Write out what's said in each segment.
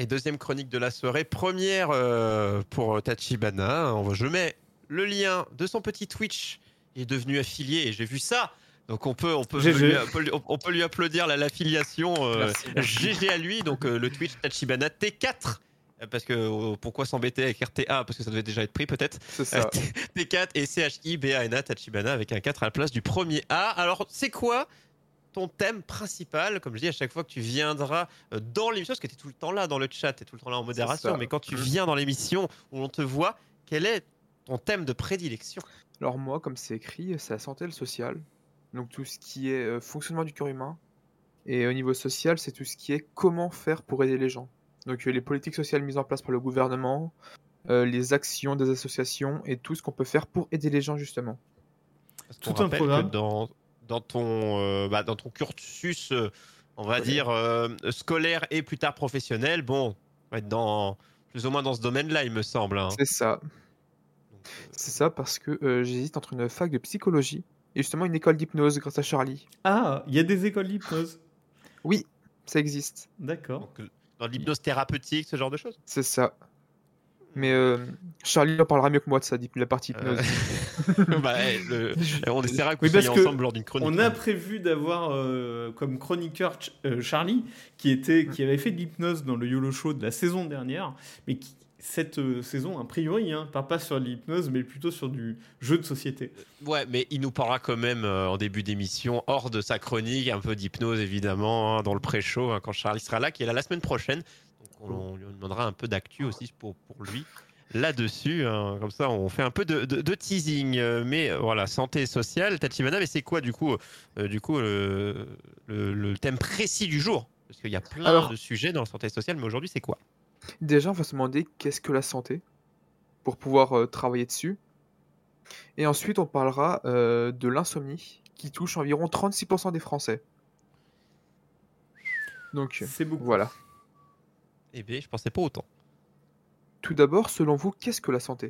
deuxième chronique de la soirée. Première pour Tachibana. Je mets le lien de son petit Twitch. Il est devenu affilié et j'ai vu ça. Donc on peut lui applaudir l'affiliation. Merci. GG à lui. Donc le Twitch Tachibana T4. Parce que pourquoi s'embêter avec RTA? Parce que ça devait déjà être pris peut-être. C'est ça. T4 et CHIBANA Tachibana avec un 4 à la place du premier A. Alors c'est quoi ton thème principal? Comme je dis à chaque fois que tu viendras dans l'émission, parce que tu es tout le temps là dans le chat, tu es tout le temps là en modération, mais quand tu viens dans l'émission où on te voit, quel est ton thème de prédilection? Alors moi, comme c'est écrit, c'est la santé et le social. Donc tout ce qui est fonctionnement du corps humain. Et au niveau social, c'est tout ce qui est comment faire pour aider les gens. Donc les politiques sociales mises en place par le gouvernement, les actions des associations et tout ce qu'on peut faire pour aider les gens justement. Tout un programme. Dans ton cursus, on va dire, scolaire et plus tard professionnel, bon, on va être plus ou moins dans ce domaine-là, il me semble. Hein. C'est ça. Donc, c'est ça parce que j'hésite entre une fac de psychologie et justement une école d'hypnose grâce à Charlie. Ah, il y a des écoles d'hypnose? Oui, ça existe. D'accord. Donc, dans l'hypnose thérapeutique, ce genre de choses? C'est ça. Mais Charlie en parlera mieux que moi de ça, la partie hypnose. On essaiera que vous soyez ensemble lors d'une chronique. On a prévu d'avoir comme chroniqueur Charlie, qui avait fait de l'hypnose dans le YOLO Show de la saison dernière, mais qui, cette saison, a priori, part pas sur l'hypnose, mais plutôt sur du jeu de société. Ouais, mais il nous parlera quand même en début d'émission, hors de sa chronique, un peu d'hypnose évidemment, dans le pré-show, quand Charlie sera là, qui est là la semaine prochaine. Donc on lui demandera un peu d'actu aussi pour lui là-dessus. Comme ça, on fait un peu de teasing. Mais voilà, santé sociale, Tachibana, mais c'est quoi du coup le thème précis du jour? Parce qu'il y a plein de sujets dans la santé sociale, mais aujourd'hui, c'est quoi? Déjà, on va se demander qu'est-ce que la santé pour pouvoir travailler dessus. Et ensuite, on parlera de l'insomnie qui touche environ 36% des Français. Donc, c'est beaucoup. Voilà. Eh bien, je pensais pas autant. Tout d'abord, selon vous, qu'est-ce que la santé?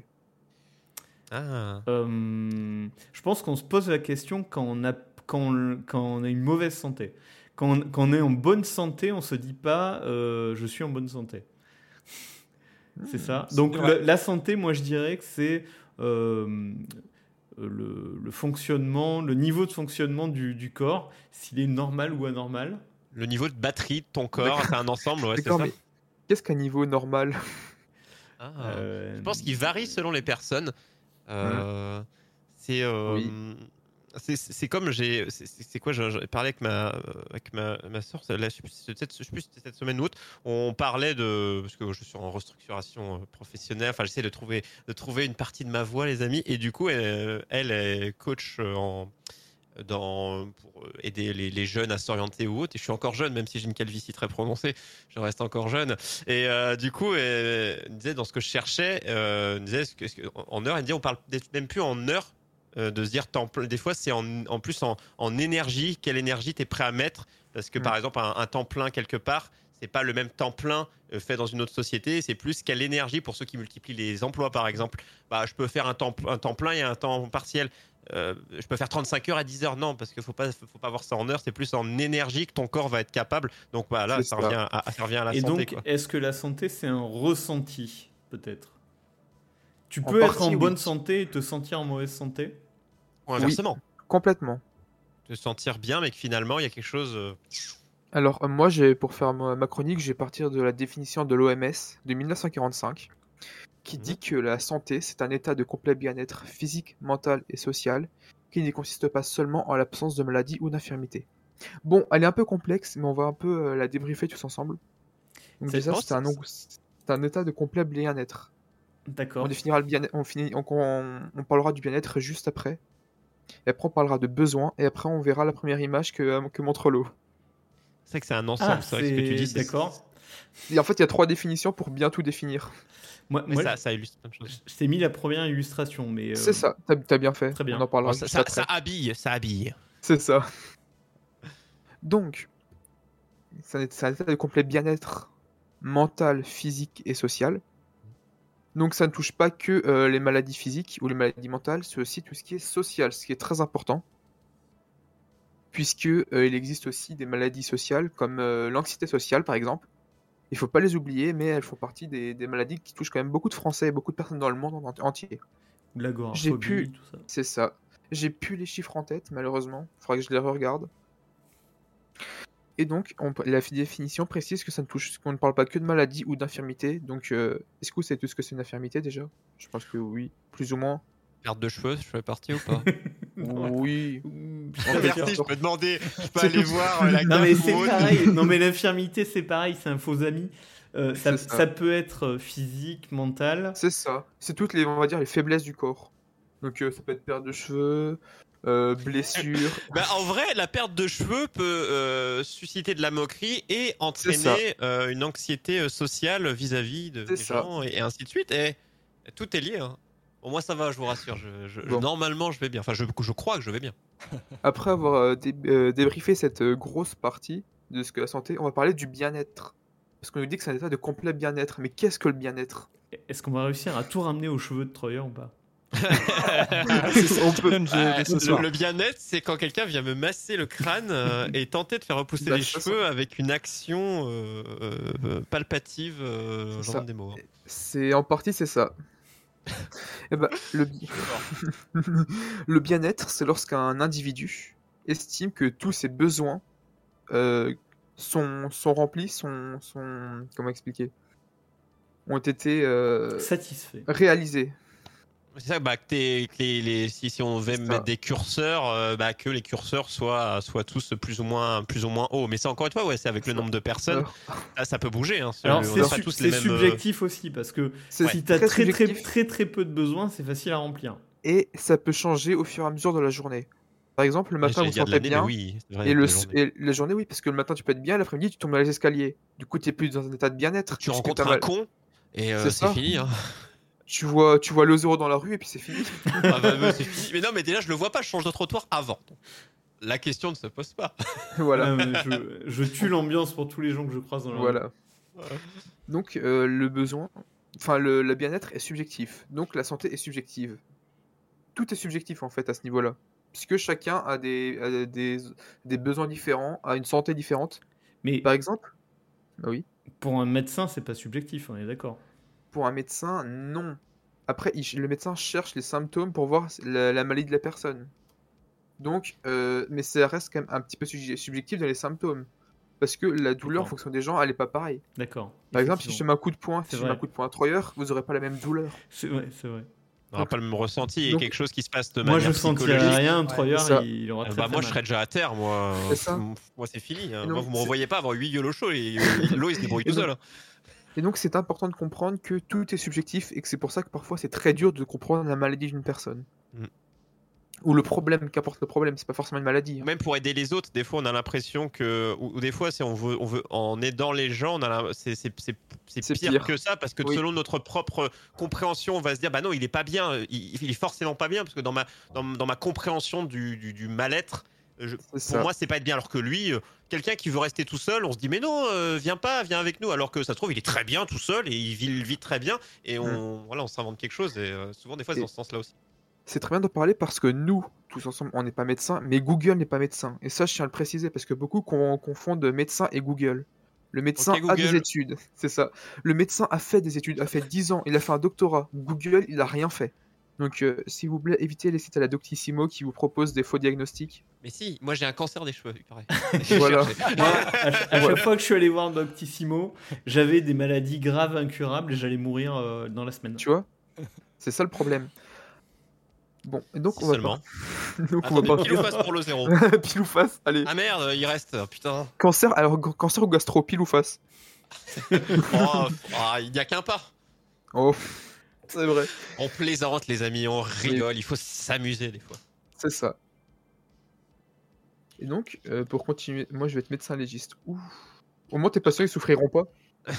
Je pense qu'on se pose la question quand on a une mauvaise santé. Quand on est en bonne santé, on se dit pas je suis en bonne santé. C'est ça. Donc la santé, moi je dirais que c'est le fonctionnement, le niveau de fonctionnement du corps, s'il est normal ou anormal. Le niveau de batterie de ton corps, c'est un ensemble, ouais, c'est ça. Mais qu'est-ce qu'un niveau normal? Je pense qu'il varie selon les personnes. C'est comme c'est quoi, j'ai parlé avec ma soeur, là, je sais plus si c'était cette semaine ou autre, on parlait parce que je suis en restructuration professionnelle, enfin j'essaie de trouver une partie de ma voix, les amis, et du coup elle est coach pour aider les jeunes à s'orienter ou autre, et je suis encore jeune, même si j'ai une calvitie très prononcée, je reste encore jeune, et du coup elle me disait, dans ce que je cherchais, elle me disait, en heure, elle me dit, on parle même plus en heure, de se dire temps plein. Des fois c'est en plus en énergie, quelle énergie tu es prêt à mettre, parce que par exemple un temps plein quelque part, c'est pas le même temps plein fait dans une autre société, c'est plus quelle énergie, pour ceux qui multiplient les emplois par exemple, je peux faire un temps plein et un temps partiel. Je peux faire 35 heures à 10 heures, non, parce qu'il faut pas voir ça en heures, c'est plus en énergie que ton corps va être capable. Donc voilà, ça revient à la santé. Et donc, est-ce que la santé, c'est un ressenti, peut-être? Tu peux être en bonne santé et te sentir en mauvaise santé? Ou inversement. Oui, complètement. Te sentir bien, mais que finalement, il y a quelque chose... Alors, moi, pour faire ma chronique, je vais partir de la définition de l'OMS de 1945. Qui dit que la santé, c'est un état de complet bien-être physique, mental et social, qui ne consiste pas seulement en l'absence de maladie ou d'infirmité. Bon, elle est un peu complexe, mais on va un peu la débriefer tous ensemble. Donc déjà, c'est un état de complet bien-être. D'accord. On définira le bien-être, on parlera du bien-être juste après. Et après, on parlera de besoin, et après, on verra la première image que montre l'eau. C'est vrai que c'est un ensemble, c'est vrai ce que tu dis. D'accord. Et en fait, il y a 3 définitions pour bien tout définir. Moi, ça illustre plein de choses. Je t'ai mis la première illustration, mais... C'est ça, t'as bien fait. Très bien. On en parlera juste après. Ça habille. C'est ça. Donc, c'est un état de complet bien-être mental, physique et social. Donc ça ne touche pas que les maladies physiques ou les maladies mentales, c'est aussi tout ce qui est social, ce qui est très important. Puisque il existe aussi des maladies sociales comme l'anxiété sociale par exemple, Il faut pas les oublier, mais elles font partie des maladies qui touchent quand même beaucoup de Français et beaucoup de personnes dans le monde entier. Ou de J'ai l'agoraphobie, pu, tout ça. c'est ça. J'ai plus les chiffres en tête, malheureusement. Il faudra que je les regarde. Et donc, la définition précise que ça ne touche, qu'on ne parle pas que de maladie ou d'infirmité. Donc, est-ce que vous savez tout ce que c'est une infirmité déjà? Je pense que oui, plus ou moins. Perte de cheveux, je fais partie ou pas? Non. Oui. Je suis En pas fait, sûr. Merci, je peux demander, je peux aller voir la Non mais gaffe c'est ou autre. pareil. Non mais l'infirmité c'est pareil, c'est un faux ami. C'est ça. Ça peut être physique, mental. C'est ça. C'est toutes les, on va dire, les faiblesses du corps. Donc, ça peut être perte de cheveux, blessure. Bah, en vrai, la perte de cheveux peut susciter de la moquerie et ça. entraîner une anxiété sociale vis-à-vis C'est des ça. gens et ainsi de suite. Et tout est lié. Hein. Au moins, ça va, je vous rassure. Bon. Normalement, je vais bien. Enfin, je crois que je vais bien. Après avoir débriefé cette grosse partie de ce que la santé, on va parler du bien-être. Parce qu'on nous dit que c'est un état de complet bien-être. Mais qu'est-ce que le bien-être? Est-ce qu'on va réussir à tout ramener aux cheveux de Troyer ou pas? On peut- Le bien-être, c'est quand quelqu'un vient me masser le crâne et tenter de faire repousser Bah, les ça, cheveux avec une action palpative, C'est j'en ça. donne des mots. Hein. C'est en partie c'est ça. Eh ben, le bien-être, c'est lorsqu'un individu estime que tous ses besoins sont remplis, comment expliquer, ont été Satisfait. réalisés. C'est ça, bah, si on veut C'est ça. mettre des curseurs, que les curseurs soient tous plus ou moins hauts. Mais c'est encore une fois, ouais, c'est avec le nombre de personnes. Alors, Ça peut bouger. Hein, Alors on n'a pas tous les c'est mêmes. subjectif aussi parce que c'est si t'as très très subjectif peu de besoins, c'est facile à remplir. et ça peut changer au fur et à mesure de la journée. Par exemple, le matin, vous J'allais dire de sentez l'année, mais bien. oui, c'est vrai, Et, la journée. et la journée, oui, parce que le matin, tu peux être bien, l'après-midi, tu tombes dans les escaliers. Du coup, tu es plus dans un état de bien-être. Tu puisque rencontres t'as un mal. con et C'est c'est ça. fini. Hein. Tu vois le zéro dans la rue et puis c'est fini. Ah bah, c'est fini. Mais non, mais déjà, je le vois pas, je change de trottoir avant. La question ne se pose pas. Voilà. Ah, mais je tue l'ambiance pour tous les gens que je croise dans la rue. Voilà. Donc, le besoin, enfin, le bien-être est subjectif. Donc, la santé est subjective. Tout est subjectif, en fait, à ce niveau-là. Puisque chacun a des besoins différents, a une santé différente. Mais Par exemple, bah oui, pour un médecin, c'est pas subjectif, on est d'accord. pour un médecin, non. Après, le médecin cherche les symptômes pour voir la maladie de la personne. Donc, mais ça reste quand même un petit peu subjectif dans les symptômes. Parce que la douleur, en D'accord. fonction des gens, elle est pas pareille. D'accord. Par exemple, si je te mets un coup de poing, C'est si je mets un vrai. coup de poing à Troyer, vous aurez pas la même douleur. C'est vrai, c'est vrai. On n'aura pas le même ressenti. Il y a donc- quelque chose qui se passe de Moi, manière je sentirais psychologique. rien, Troyer, c'est ça. il aura très, Bah, très moi, mal. je serais déjà à terre. Moi, C'est ça. moi c'est fini. Hein. Et donc, Moi, vous me c'est- revoyez pas avoir 8 gueules au chaud et l'eau, il se débrouille Et tout donc- seul. Hein. Et donc, c'est important de comprendre que tout est subjectif et que c'est pour ça que parfois c'est très dur de comprendre la maladie d'une personne. Mm. Ou le problème, qu'importe le problème, c'est pas forcément une maladie. hein. Même pour aider les autres, des fois, on a l'impression que, ou des fois, si on veut, en aidant les gens, c'est C'est pire pire. que ça parce que Oui. selon notre propre compréhension, on va se dire, bah non, il est pas bien, il est forcément pas bien parce que dans ma compréhension du mal-être, pour ça. moi, c'est pas être bien. Alors que lui, quelqu'un qui veut rester tout seul, on se dit, mais non, viens avec nous. Alors que ça se trouve, il est très bien tout seul et il vit très bien et on s'invente quelque chose et souvent, des fois, c'est Et- dans ce sens-là aussi. C'est très bien de parler parce que nous, tous ensemble, on n'est pas médecins, mais Google n'est pas médecin. Et ça, je tiens à le préciser parce que beaucoup confondent médecin et Google. Le médecin Ok, a Google. des études, c'est ça. Le médecin a fait des études, a fait 10 ans, il a fait un doctorat. Google, il a rien fait. Donc, s'il vous plaît, évitez les sites à la Doctissimo qui vous proposent des faux diagnostics. Mais si, moi j'ai un cancer des cheveux, il paraît. Voilà. Moi, à chaque fois que je suis allé voir Doctissimo, j'avais des maladies graves, incurables et j'allais mourir dans la semaine. Tu vois? C'est ça le problème. Bon, et donc Si on va seulement. donc on va Attendez, pas pile ou face pour le 0. pile ou face, allez. Ah merde, il reste, putain. Cancer, alors cancer ou gastro, pile ou face? Il n'y a qu'un pas. Oh, c'est vrai, On plaisante les amis, on rigole, il faut s'amuser des fois. c'est ça. Et donc, pour continuer, moi je vais être médecin légiste. Ouh. Au moins tes patients ils souffriront pas.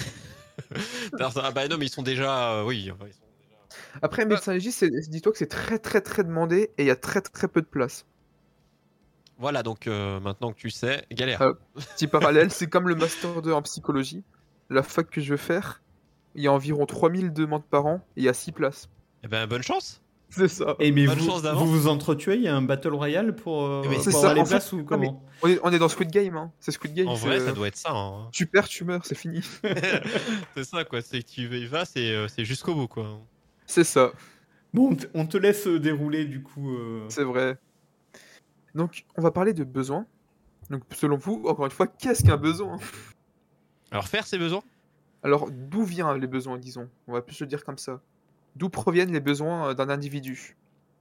Ah bah non, mais ils sont déjà... oui, ils sont déjà... Après, médecin légiste, dis-toi que c'est très très très demandé et il y a très très peu de place. Voilà, donc maintenant que tu sais, galère. Petit parallèle, c'est comme le Master 2 en psychologie. La fac que je veux faire, il y a environ 3000 demandes par an et il y a 6 places. Eh ben, bonne chance. C'est ça. Et mais Bonne chance d'avance. vous entretuez, il y a un battle royale pour, Mais c'est pour ça, avoir les en fait. places ou Ah, comment? On est dans Squid Game, hein. C'est Squid Game. En vrai, ça doit être ça. Hein. Tu perds, tu meurs, c'est fini. C'est ça, quoi. C'est que tu y vas, c'est jusqu'au bout, quoi. C'est ça, Bon, on te laisse dérouler du coup. c'est vrai. Donc, on va parler de besoins. Donc, selon vous, encore une fois, qu'est-ce qu'un besoin? Alors, faire ses besoins. Alors, d'où viennent les besoins, disons? On va plus le dire comme ça. D'où proviennent les besoins d'un individu?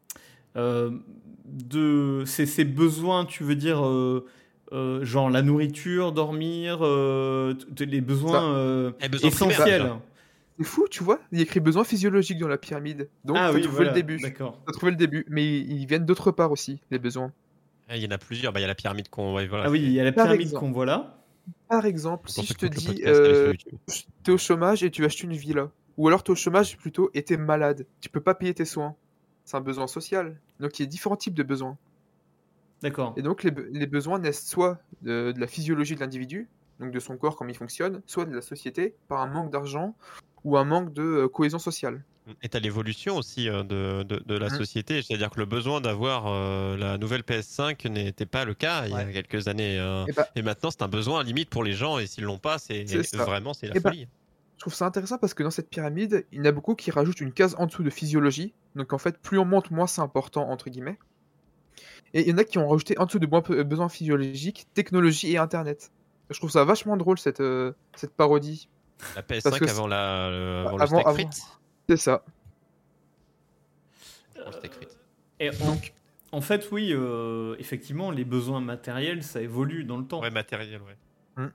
Ces besoins, tu veux dire, genre la nourriture, dormir, les besoins Les besoins primaires, essentiels. déjà. C'est fou, tu vois? Il y a écrit besoins physiologiques dans la pyramide. Donc, Ah t'as oui, trouvé voilà, le début. d'accord. T'as trouvé le début. Mais ils viennent d'autre part aussi, les besoins. Il y en a plusieurs. Bah, il y a la pyramide qu'on. Ouais, voilà, Ah oui, il y a la Par pyramide exemple. qu'on voit là. Par exemple, pour si ceux je qui te écoutent le dis, podcast, allez sur YouTube. t'es au chômage et tu achètes une villa. Ou alors t'es au chômage plutôt et t'es malade. Tu peux pas payer tes soins. C'est un besoin social. Donc il y a différents types de besoins. D'accord. Et donc les besoins naissent soit de la physiologie de l'individu, donc de son corps, comment il fonctionne, soit de la société, par un manque d'argent ou un manque de cohésion sociale. Et t'as l'évolution aussi de la Mhm. société. C'est-à-dire que le besoin d'avoir la nouvelle PS5 n'était pas le cas il y a Ouais. quelques années. Et bah, Et maintenant, c'est un besoin limite pour les gens. Et s'ils l'ont pas, c'est ça. vraiment c'est la Et bah, folie. je trouve ça intéressant parce que dans cette pyramide, il y en a beaucoup qui rajoutent une case en dessous de physiologie. Donc en fait, plus on monte, moins c'est important, entre guillemets. Et il y en a qui ont rajouté en dessous de besoins physiologiques, technologie et Internet. Je trouve ça vachement drôle, cette parodie. La Parce PS5 que avant, avant le avant, steak frites. c'est ça. Avant le steak frites. Et en fait, oui, effectivement, les besoins matériels, ça évolue dans le temps. Ouais, matériel, ouais. Mm.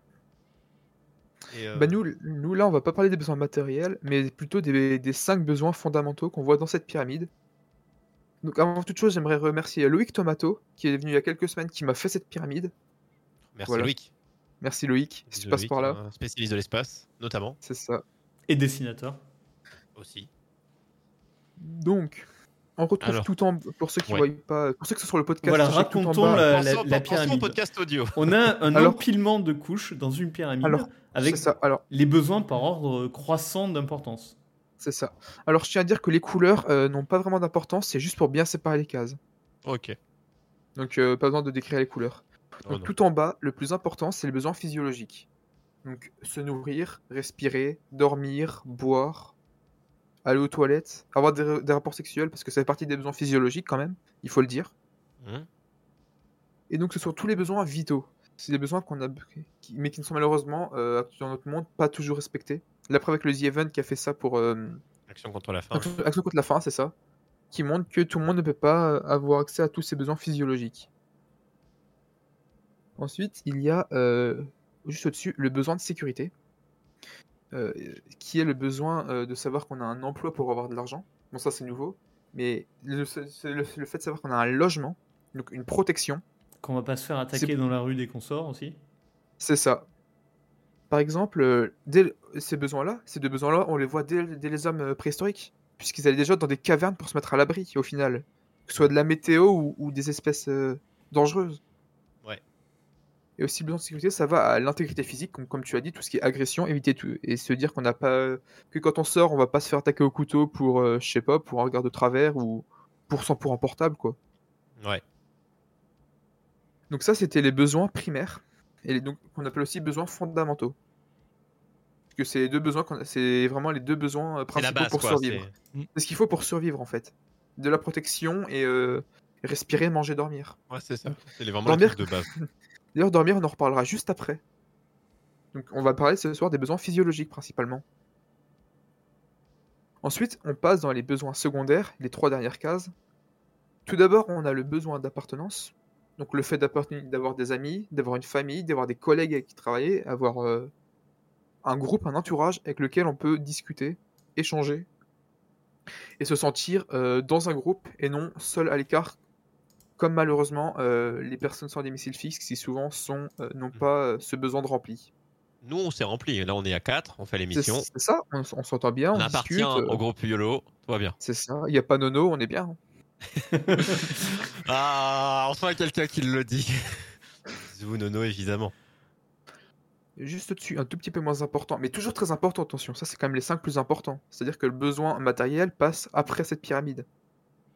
Et, Bah nous, là, on va pas parler des besoins matériels, mais plutôt des 5 besoins fondamentaux qu'on voit dans cette pyramide. Donc avant toute chose, j'aimerais remercier Loïc Tomato, qui est venu il y a quelques semaines, qui m'a fait cette pyramide. merci Voilà. Loïc. Merci Loïc, si tu passes par là. Un spécialiste de l'espace, notamment. C'est ça. Et dessinateur. Aussi. Donc, on retrouve Alors. tout en pour ceux qui Ouais. voient pas, pour ceux qui sont sur le podcast. Voilà, sachez que tout en racontons bas- Pensons la au pyramide. podcast audio. On a un Alors- empilement de couches dans une pyramide Alors, avec c'est ça. Alors, les besoins par ordre croissant d'importance. c'est ça. Alors, je tiens à dire que les couleurs n'ont pas vraiment d'importance, c'est juste pour bien séparer les cases. Ok. Donc, pas besoin de décrire les couleurs. Oh Donc, non. tout en bas, le plus important, c'est les besoins physiologiques. Donc, se nourrir, respirer, dormir, boire, aller aux toilettes, avoir des rapports sexuels, parce que ça fait partie des besoins physiologiques quand même, il faut le dire. Hum. Et donc, ce sont tous les besoins vitaux. C'est des besoins mais qui ne sont malheureusement, dans notre monde, pas toujours respectés. La preuve avec le The Event qui a fait ça pour Action contre la faim. Action contre la faim, c'est ça. Qui montre que tout le monde ne peut pas avoir accès à tous ses besoins physiologiques. Ensuite, il y a juste au-dessus le besoin de sécurité, qui est le besoin de savoir qu'on a un emploi pour avoir de l'argent. Bon, ça c'est nouveau, mais le fait de savoir qu'on a un logement, donc une protection, Qu'on va pas se faire attaquer C'est- dans la rue dès qu'on sort aussi. c'est ça. Par exemple, ces deux besoins-là, on les voit dès les hommes préhistoriques, puisqu'ils allaient déjà dans des cavernes pour se mettre à l'abri, au final. Que ce soit de la météo ou des espèces dangereuses. Ouais. Et aussi, le besoin de sécurité, ça va à l'intégrité physique, comme tu as dit, tout ce qui est agression, éviter tout. Et se dire qu'on n'a pas. Que quand on sort, on va pas se faire attaquer au couteau pour, je sais pas, pour un regard de travers ou pour un portable, quoi. Ouais. Donc, ça, c'était les besoins primaires. Et donc, qu'on appelle aussi besoins fondamentaux. Parce que c'est les deux besoins, c'est vraiment les deux besoins C'est la principaux base, pour quoi. survivre. C'est ce qu'il faut pour survivre, en fait. De la protection et respirer, manger, dormir. Ouais, c'est ça. C'est vraiment Dormir- les trucs de base. D'ailleurs, dormir, on en reparlera juste après. Donc, on va parler ce soir des besoins physiologiques principalement. Ensuite, on passe dans les besoins secondaires, les 3 dernières cases. Tout d'abord, on a le besoin d'appartenance. Donc, le fait d'avoir des amis, d'avoir une famille, d'avoir des collègues avec qui travailler, avoir un groupe, un entourage avec lequel on peut discuter, échanger et se sentir dans un groupe et non seul à l'écart, comme malheureusement les personnes sans domicile fixe qui souvent n'ont pas ce besoin de rempli. Nous, on s'est rempli. Là, on est à 4. On fait l'émission. C'est ça, on s'entend bien, On on appartient discute. au groupe YOLO. Tout va bien. C'est ça, il n'y a pas nono, on est bien. Ah, enfin quelqu'un qui le dit. Bisous, Nono, évidemment. Juste au-dessus, un tout petit peu moins important, mais toujours très important, attention, ça c'est quand même les 5 plus importants. C'est-à-dire que le besoin matériel passe après cette pyramide.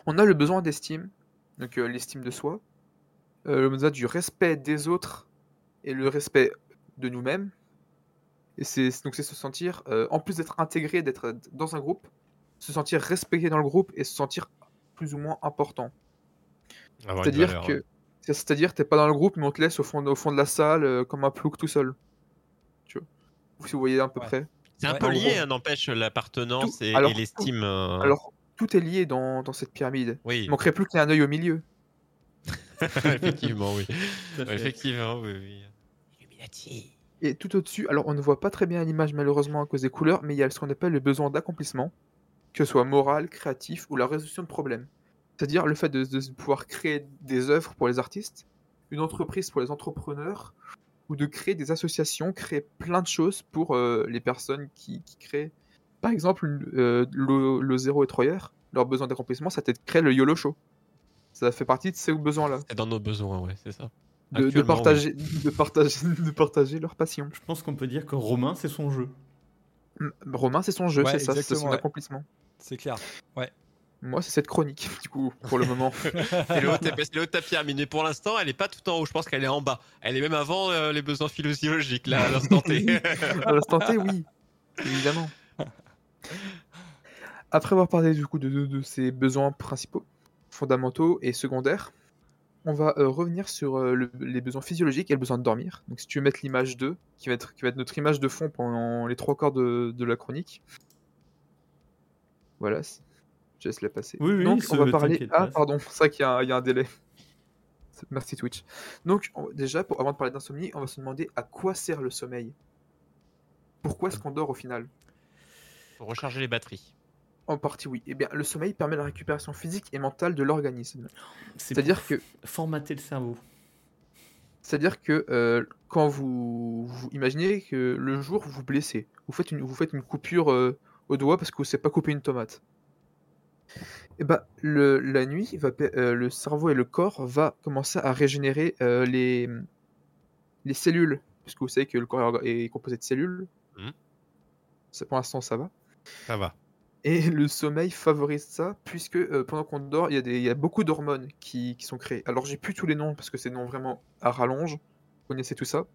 On a le besoin d'estime, donc l'estime de soi, le besoin du respect des autres et le respect de nous-mêmes. Et donc c'est se sentir, en plus d'être intégré, d'être dans un groupe, se sentir respecté dans le groupe et se sentir plus ou moins important. Avoir une C'est-à-dire valeur. que c'est-à-dire t'es pas dans le groupe, mais on te laisse au fond de la salle, comme un plouc tout seul. Tu vois? Si vous voyez à peu Ouais. près. C'est un Ouais, peu en lié, gros. hein, n'empêche, l'appartenance Tout- et alors, l'estime. Alors, tout est lié dans cette pyramide. Oui, Il manquerait plus qu'il y ait un œil au milieu. effectivement, oui. Tout à fait. Effectivement, oui, oui. Illuminati. Et tout au-dessus, alors on ne voit pas très bien l'image malheureusement à cause des couleurs, mais il y a ce qu'on appelle le besoin d'accomplissement, que ce soit moral, créatif ou la résolution de problèmes. C'est-à-dire le fait de pouvoir créer des œuvres pour les artistes, une entreprise pour les entrepreneurs, ou de créer des associations, créer plein de choses pour les personnes qui créent. Par exemple, le Zéro et Troyer, leur besoin d'accomplissement, ça peut-être créer le YOLO Show. Ça fait partie de ces besoins-là. C'est dans nos besoins, ouais, c'est ça. De Actuellement, partager, de partager leur passion. Je pense qu'on peut dire que Romain, c'est son jeu. Romain, c'est son jeu, Ouais, c'est ça, c'est exactement, son ouais. accomplissement. C'est clair. Ouais. Moi, c'est cette chronique, du coup, pour le moment. C'est le haut de ta pyramide, mais pour l'instant, elle est pas tout en haut. Je pense qu'elle est en bas. Elle est même avant les besoins physiologiques, là, à l'instant T. À l'instant T, oui, évidemment. Après avoir parlé du coup de ces besoins principaux, fondamentaux et secondaires, on va revenir sur les besoins physiologiques et le besoin de dormir. Donc si tu veux mettre l'image 2, qui va être notre image de fond pendant les 3 quarts de la chronique. Voilà, je laisse la passer. Oui, oui, Donc on va parler... t'inquiète Ah pas. pardon, c'est vrai qu'il y a un délai. Merci Twitch. Donc déjà, avant de parler d'insomnie, on va se demander à quoi sert le sommeil. Pourquoi est-ce qu'on dort au final? Pour recharger les batteries. En partie oui. Eh bien, le sommeil permet la récupération physique et mentale de l'organisme. C'est C'est-à-dire pour que formater le cerveau. C'est-à-dire que quand vous imaginez que le jour vous vous blessez, vous faites une coupure au doigt parce que vous ne savez pas couper une tomate. Et bah, la nuit, le cerveau et le corps va commencer à régénérer les cellules, puisque vous savez que le corps est composé de cellules. Mhm. Pour l'instant, ça va. Ça va. Et le sommeil favorise ça, puisque pendant qu'on dort, il y a beaucoup d'hormones qui sont créées. Alors, j'ai plus tous les noms, parce que c'est des noms vraiment à rallonge. Vous connaissez tout ça.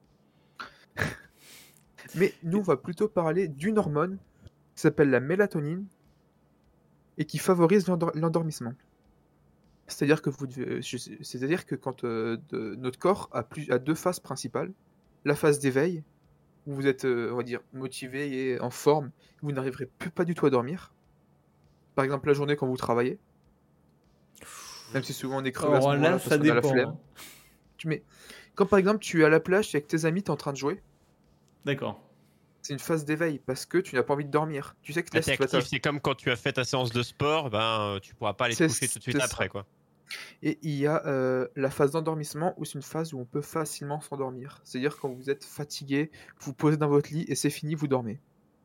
Mais nous, on va plutôt parler d'une hormone qui s'appelle la mélatonine et qui favorise l'endormissement. C'est-à-dire que quand notre corps a 2 phases principales. La phase d'éveil, où vous êtes, on va dire, motivé et en forme, vous n'arriverez plus pas du tout à dormir. Par exemple, la journée quand vous travaillez. Même si souvent on est crevé à ce Alors moment-là là, parce ça qu'on a la dépend. flemme. Quand par exemple tu es à la plage, tu es avec tes amis, tu es en train de jouer, D'accord. c'est une phase d'éveil parce que tu n'as pas envie de dormir. Tu sais que Bah, là, t'es actif, c'est comme quand tu as fait ta séance de sport, tu pourras pas aller te C'est- coucher tout de suite c'est après, ça. quoi. Et il y a la phase d'endormissement où c'est une phase où on peut facilement s'endormir. C'est-à-dire quand vous êtes fatigué, vous vous posez dans votre lit et c'est fini, vous dormez.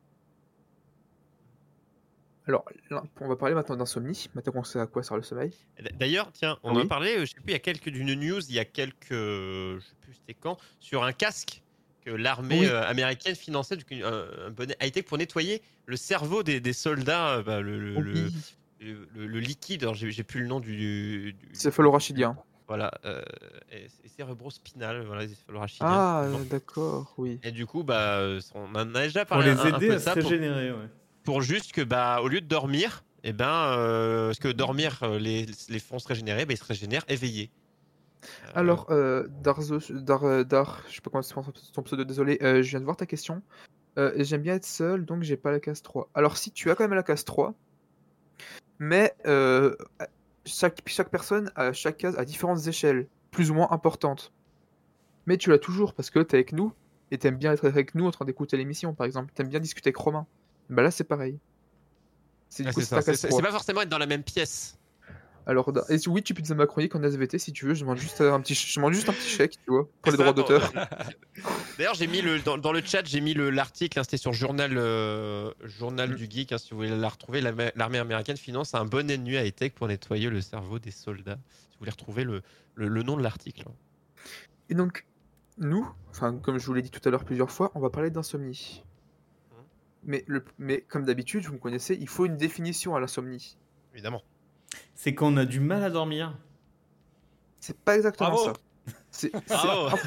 Alors, là, on va parler maintenant d'insomnie. Maintenant qu'on sait à quoi sert le sommeil. D'ailleurs, tiens, on en Oui. a parlé, je sais plus, d'une news, il y a je sais plus c'était quand, sur un casque que l'armée Oui. américaine finançait, un bonnet high-tech pour nettoyer le cerveau des soldats, Oui. le liquide, alors j'ai plus le nom du Céphalorachidien. voilà, et cérébrospinal, voilà, céphalorachidien. Ah, Bon. d'accord, oui. Et du coup, on en a déjà Pour parlé les un aider peu de à se ça, régénérer, ouais. pour juste que au lieu de dormir, parce que dormir les font se régénérer, ils se régénèrent éveillés. Alors, Dar, je sais pas comment c'est ton pseudo, désolé, je viens de voir ta question. J'aime bien être seul, donc j'ai pas la case 3. Alors, si tu as quand même la case 3, mais chaque personne a chaque case à différentes échelles, plus ou moins importantes. Mais tu l'as toujours parce que t'es avec nous et t'aimes bien être avec nous en train d'écouter l'émission, par exemple. T'aimes bien discuter avec Romain. Bah là, c'est pareil. C'est du coup, c'est c'est ta ça. case C'est 3. pas forcément être dans la même pièce. Alors, et oui, tu peux dire ma chronique en SVT si tu veux. Je demande juste un petit chèque, tu vois, pour les C'est ça, droits d'auteur. D'ailleurs, j'ai mis dans le chat, j'ai mis l'article, c'était sur Journal du Geek, si vous voulez la retrouver. L'armée américaine finance un bonnet de nuit à high-tech pour nettoyer le cerveau des soldats. Si vous voulez retrouver le nom de l'article. Et donc, nous, comme je vous l'ai dit tout à l'heure plusieurs fois, on va parler d'insomnie. Mais comme d'habitude, vous me connaissez, il faut une définition à l'insomnie. Évidemment. C'est qu'on a du mal à dormir. C'est pas exactement Bravo. ça. C'est Bravo.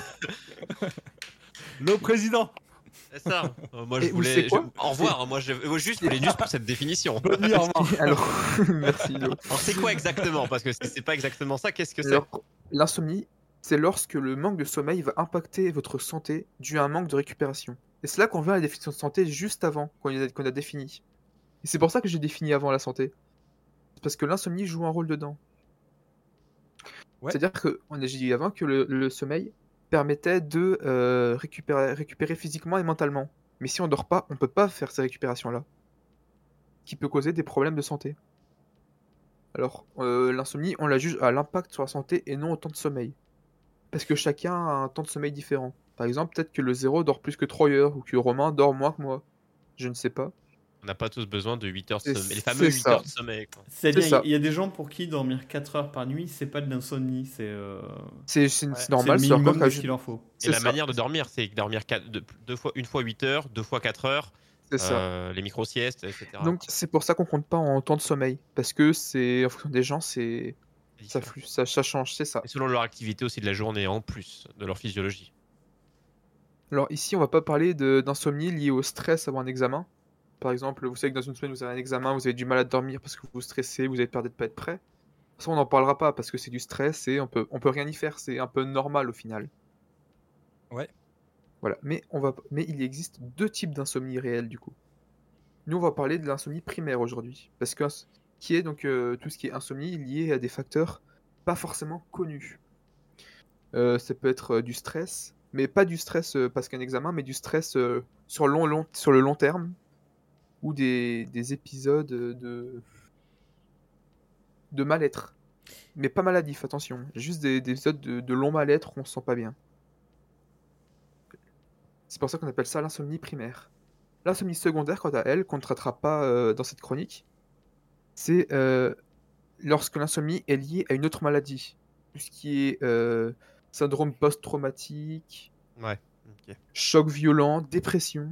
Le président. C'est ça. Moi, Et je vous savez voulais. quoi Au revoir. Moi, je voulais juste pour cette définition. Bonne nuit, au revoir. alors merci. Lo. Alors, c'est quoi exactement? Parce que c'est pas exactement ça. Qu'est-ce que c'est? Alors, l'insomnie, c'est lorsque le manque de sommeil va impacter votre santé dû à un manque de récupération. Et c'est là qu'on vient à la définition de santé juste avant qu'on a défini. Et c'est pour ça que j'ai défini avant la santé. C'est parce que l'insomnie joue un rôle dedans. Ouais. C'est-à-dire que j'ai dit avant que le sommeil permettait de récupérer physiquement et mentalement. Mais si on dort pas, on peut pas faire ces récupérations-là, qui peut causer des problèmes de santé. Alors, l'insomnie, on la juge à l'impact sur la santé et non au temps de sommeil. Parce que chacun a un temps de sommeil différent. Par exemple, peut-être que le zéro dort plus que 3 heures, ou que Romain dort moins que moi. Je ne sais pas. On n'a pas tous besoin de 8 heures de C'est- sommeil. Les fameux c'est 8 ça. heures de sommeil. Quoi. C'est-à-dire, ça. il y a des gens pour qui dormir 4 heures par nuit, c'est pas de l'insomnie, c'est C'est normal, c'est c'est le leur corps minimum qui de a ce qu'il leur faut. Et C'est la ça. manière de dormir, c'est dormir une fois 8 heures, 2 fois 4 heures, C'est ça. les micro-siestes, etc. Donc c'est pour ça qu'on compte pas en temps de sommeil. Parce que c'est en fonction des gens, c'est C'est ça, différent. ça change, c'est ça. Et selon leur activité aussi de la journée, en plus de leur physiologie. Alors ici, on va pas parler d'insomnie liée au stress avant un examen. Par exemple, vous savez que dans une semaine, vous avez un examen, vous avez du mal à dormir parce que vous stressez, vous avez peur de pas être prêt. Ça, on n'en parlera pas parce que c'est du stress et on peut rien y faire. C'est un peu normal au final. Ouais. Voilà. Mais il existe deux types d'insomnie réelle du coup. Nous, on va parler de l'insomnie primaire aujourd'hui, parce que qui est donc tout ce qui est insomnie lié à des facteurs pas forcément connus. Ça peut être du stress, mais pas du stress parce qu'un examen, mais du stress sur le long terme, ou des épisodes de mal-être. Mais pas maladif, attention. Juste des épisodes de long mal-être où on se sent pas bien. C'est pour ça qu'on appelle ça l'insomnie primaire. L'insomnie secondaire, quant à elle, qu'on ne traitera pas dans cette chronique, c'est lorsque l'insomnie est liée à une autre maladie. Tout ce qui est syndrome post-traumatique, Ouais. ok. choc violent, dépression.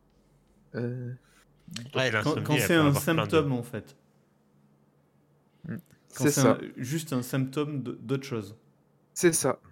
Ouais, l'insomnie, Quand elle c'est peut un avoir plein de- symptôme, en fait. Quand C'est ça. juste un symptôme d'autre chose. C'est ça.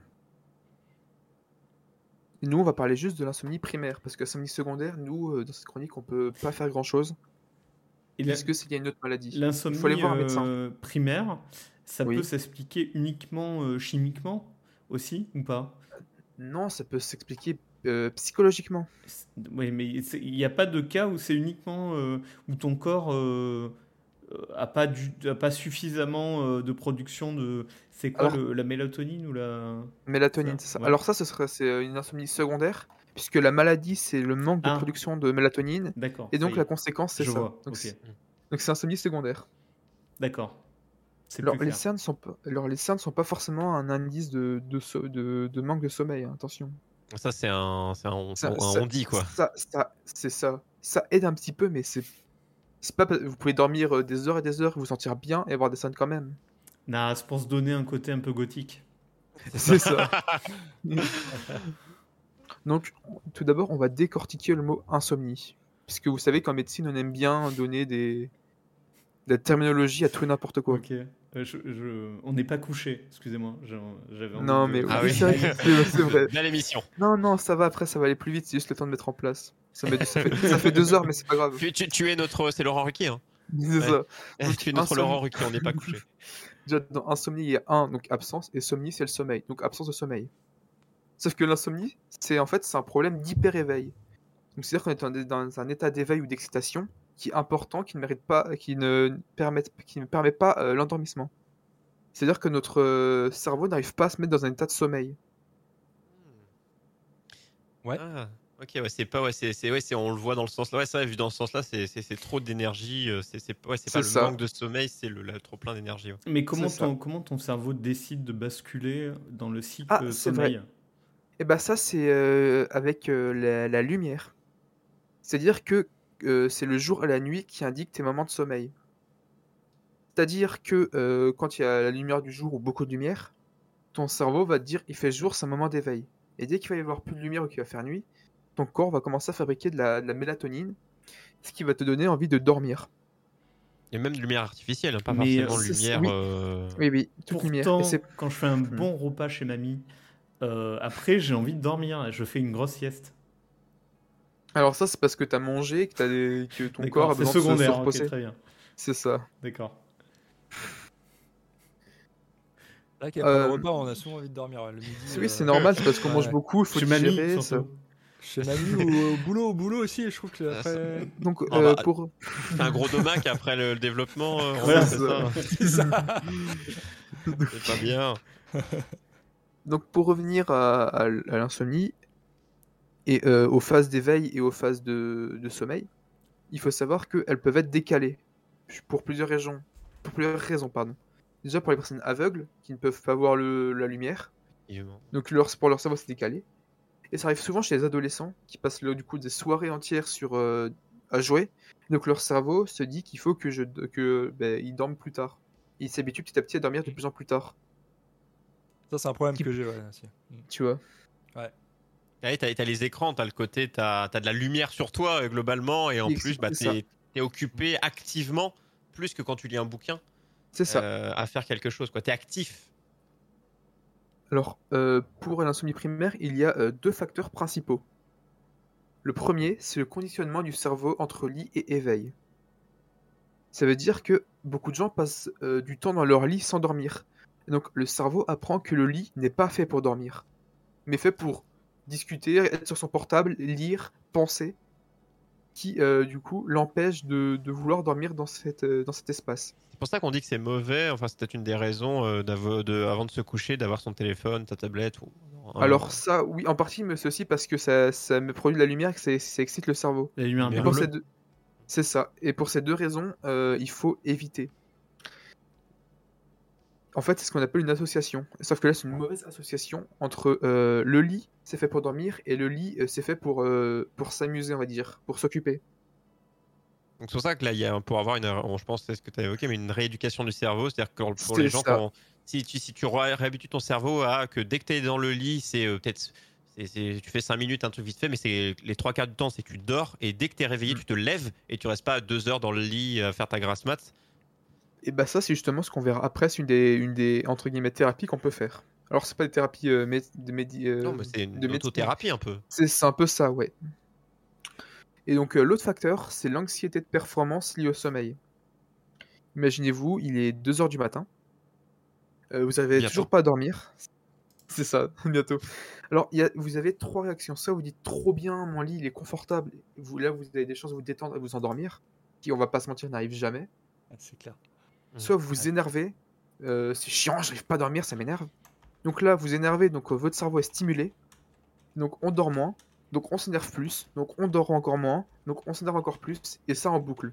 Et nous, on va parler juste de l'insomnie primaire, parce que l'insomnie secondaire, nous, dans cette chronique, on peut pas faire grand-chose, Et la- puisque c'est lié à une autre maladie. l'insomnie Il faut aller voir un médecin. primaire, ça Oui. peut s'expliquer uniquement chimiquement aussi, ou pas? Non, ça peut s'expliquer psychologiquement. Oui, mais il n'y a pas de cas où c'est uniquement où ton corps a pas suffisamment de production de. C'est quoi Alors- la mélatonine ou la. Mélatonine, Ça, c'est ça. ouais. Alors ça, c'est une insomnie secondaire, puisque la maladie, c'est le manque de Ah. production de mélatonine, D'accord. et ça donc y la est, conséquence, c'est je ça. vois. Donc Ok. c'est insomnie secondaire. D'accord. C'est Alors plus les clair. cernes ne sont pas forcément un indice de manque de sommeil, hein, attention. Ça, c'est un Ça- on dit, quoi. C'est ça. Ça aide un petit peu, mais c'est pas. Vous pouvez dormir des heures et des heures, et vous sentir bien et avoir des cernes quand même. Nah, c'est pour se donner un côté un peu gothique. C'est ça. Donc, tout d'abord, on va décortiquer le mot insomnie. Puisque vous savez qu'en médecine, on aime bien donner de la terminologie à tout et n'importe quoi. Ok. On n'est pas couché. Excusez-moi. J'avais envie Non, de- mais Ah oui, oui. c'est vrai. Belle émission. Non, ça va, après, ça va aller plus vite, c'est juste le temps de mettre en place. Ça fait 2 heures, mais c'est pas grave. Tu es notre. C'est Laurent Ruquier. Hein. C'est ça. Donc, Tu es notre insomnie. Laurent Ruquier, on n'est pas couché. Déjà, dans insomnie, il y a donc absence, et somnie, c'est le sommeil. Donc, absence de sommeil. Sauf que l'insomnie, c'est un problème d'hyper-éveil. Donc, c'est-à-dire qu'on est dans un état d'éveil ou d'excitation qui est important, qui ne permet pas l'endormissement. C'est-à-dire que notre cerveau n'arrive pas à se mettre dans un état de sommeil. Ouais. Ah, ok, ouais, c'est pas, on le voit dans le sens là. Ouais, ça, vu dans ce sens-là, c'est trop d'énergie. C'est pas C'est le ça. manque de sommeil, c'est le trop plein d'énergie. Ouais. Mais comment C'est ça. comment ton cerveau décide de basculer dans le cycle Ah, c'est sommeil? Et bah ça, c'est avec la lumière. C'est-à-dire que c'est le jour et la nuit qui indiquent tes moments de sommeil. C'est-à-dire que quand il y a la lumière du jour ou beaucoup de lumière, ton cerveau va te dire il fait jour, c'est un moment d'éveil. Et dès qu'il va y avoir plus de lumière ou qu'il va faire nuit, ton corps va commencer à fabriquer de la mélatonine, ce qui va te donner envie de dormir. Il y a même de lumière artificielle, hein, pas Mais, forcément c'est- lumière. oui. Oui, toute lumière. Pourtant, Et c'est quand je fais un bon repas chez mamie, après j'ai envie de dormir et je fais une grosse sieste. Alors ça, c'est parce que t'as mangé, que ton corps D'accord, a c'est besoin de se secondaire, ok, reposer. très bien. C'est ça. D'accord. Là, qu'après le Euh, repas, on a souvent envie de dormir. Le midi, Oui, c'est normal, c'est parce qu'on ouais. mange beaucoup, il faut Chez mamie, digérer. Ça. surtout. Chez mamie ou au boulot aussi, je trouve que Ah, ça- après. Donc, Ah bah, pour... C'est un gros domac après le développement. Voilà, c'est ça. C'est ça. C'est pas bien. Donc, pour revenir à l'insomnie et aux phases d'éveil et aux phases de sommeil, il faut savoir qu'elles peuvent être décalées pour plusieurs raisons. Pour plusieurs raisons, pardon. Déjà pour les personnes aveugles qui ne peuvent pas voir la lumière, Évidemment. donc pour leur cerveau c'est décalé. Et ça arrive souvent chez les adolescents qui passent du coup des soirées entières à jouer. Donc leur cerveau se dit qu'il faut ils dorment plus tard. Et ils s'habituent petit à petit à dormir de plus en plus tard. Ça, c'est un problème que j'ai, ouais, aussi. Tu vois. Ouais, t'as les écrans, t'as le côté, t'as de la lumière sur toi globalement, et en plus, bah, C'est ça. t'es occupé activement, plus que quand tu lis un bouquin, C'est ça. à faire quelque chose, quoi. T'es actif. Alors, pour l'insomnie primaire, il y a deux facteurs principaux. Le premier, c'est le conditionnement du cerveau entre lit et éveil. Ça veut dire que beaucoup de gens passent du temps dans leur lit sans dormir. Et donc, le cerveau apprend que le lit n'est pas fait pour dormir, mais fait pour discuter, être sur son portable, lire, penser, qui du coup l'empêche de vouloir dormir dans cet espace. C'est pour ça qu'on dit que c'est mauvais, enfin, c'est peut-être une des raisons avant de se coucher, d'avoir son téléphone, ta tablette. Alors ça, oui, en partie, mais c'est aussi parce que ça me produit de la lumière et que ça excite le cerveau. La lumière Mais Et pour bleue. C'est ça. Et pour ces deux raisons, il faut éviter. En fait, c'est ce qu'on appelle une association. Sauf que là, c'est une mauvaise association entre le lit, c'est fait pour dormir, et le lit, c'est fait pour s'amuser, on va dire, pour s'occuper. Donc c'est pour ça que là, pour avoir je pense que c'est ce que tu as évoqué, mais une rééducation du cerveau, c'est-à-dire que pour C'est les gens, ça. si tu réhabitues ton cerveau à que dès que tu es dans le lit, c'est peut-être. Tu fais 5 minutes, un truc vite fait, mais c'est les 3 quarts du temps, c'est que tu dors, et dès que tu es réveillé, tu te lèves, et tu restes pas 2 heures dans le lit à faire ta grasse mat. Et bah ça, c'est justement ce qu'on verra après, c'est une des entre guillemets thérapies qu'on peut faire. Alors, c'est pas des thérapies Non, mais c'est une médecine. autothérapie un peu. C'est un peu ça, ouais. Et donc, l'autre facteur, c'est l'anxiété de performance liée au sommeil. Imaginez-vous, il est 2 heures du matin. Vous avez Bientôt. toujours pas à dormir. C'est ça, bientôt. Alors, vous avez 3 réactions. Soit vous dites trop bien, mon lit il est confortable. Là, vous avez des chances de vous détendre et vous endormir, qui, on va pas se mentir, n'arrive jamais. C'est clair. Soit vous vous énervez, c'est chiant, j'arrive pas à dormir, ça m'énerve. Donc là, vous énervez, donc votre cerveau est stimulé. Donc on dort moins, donc on s'énerve plus, donc on dort encore moins, donc on s'énerve encore plus, et ça en boucle.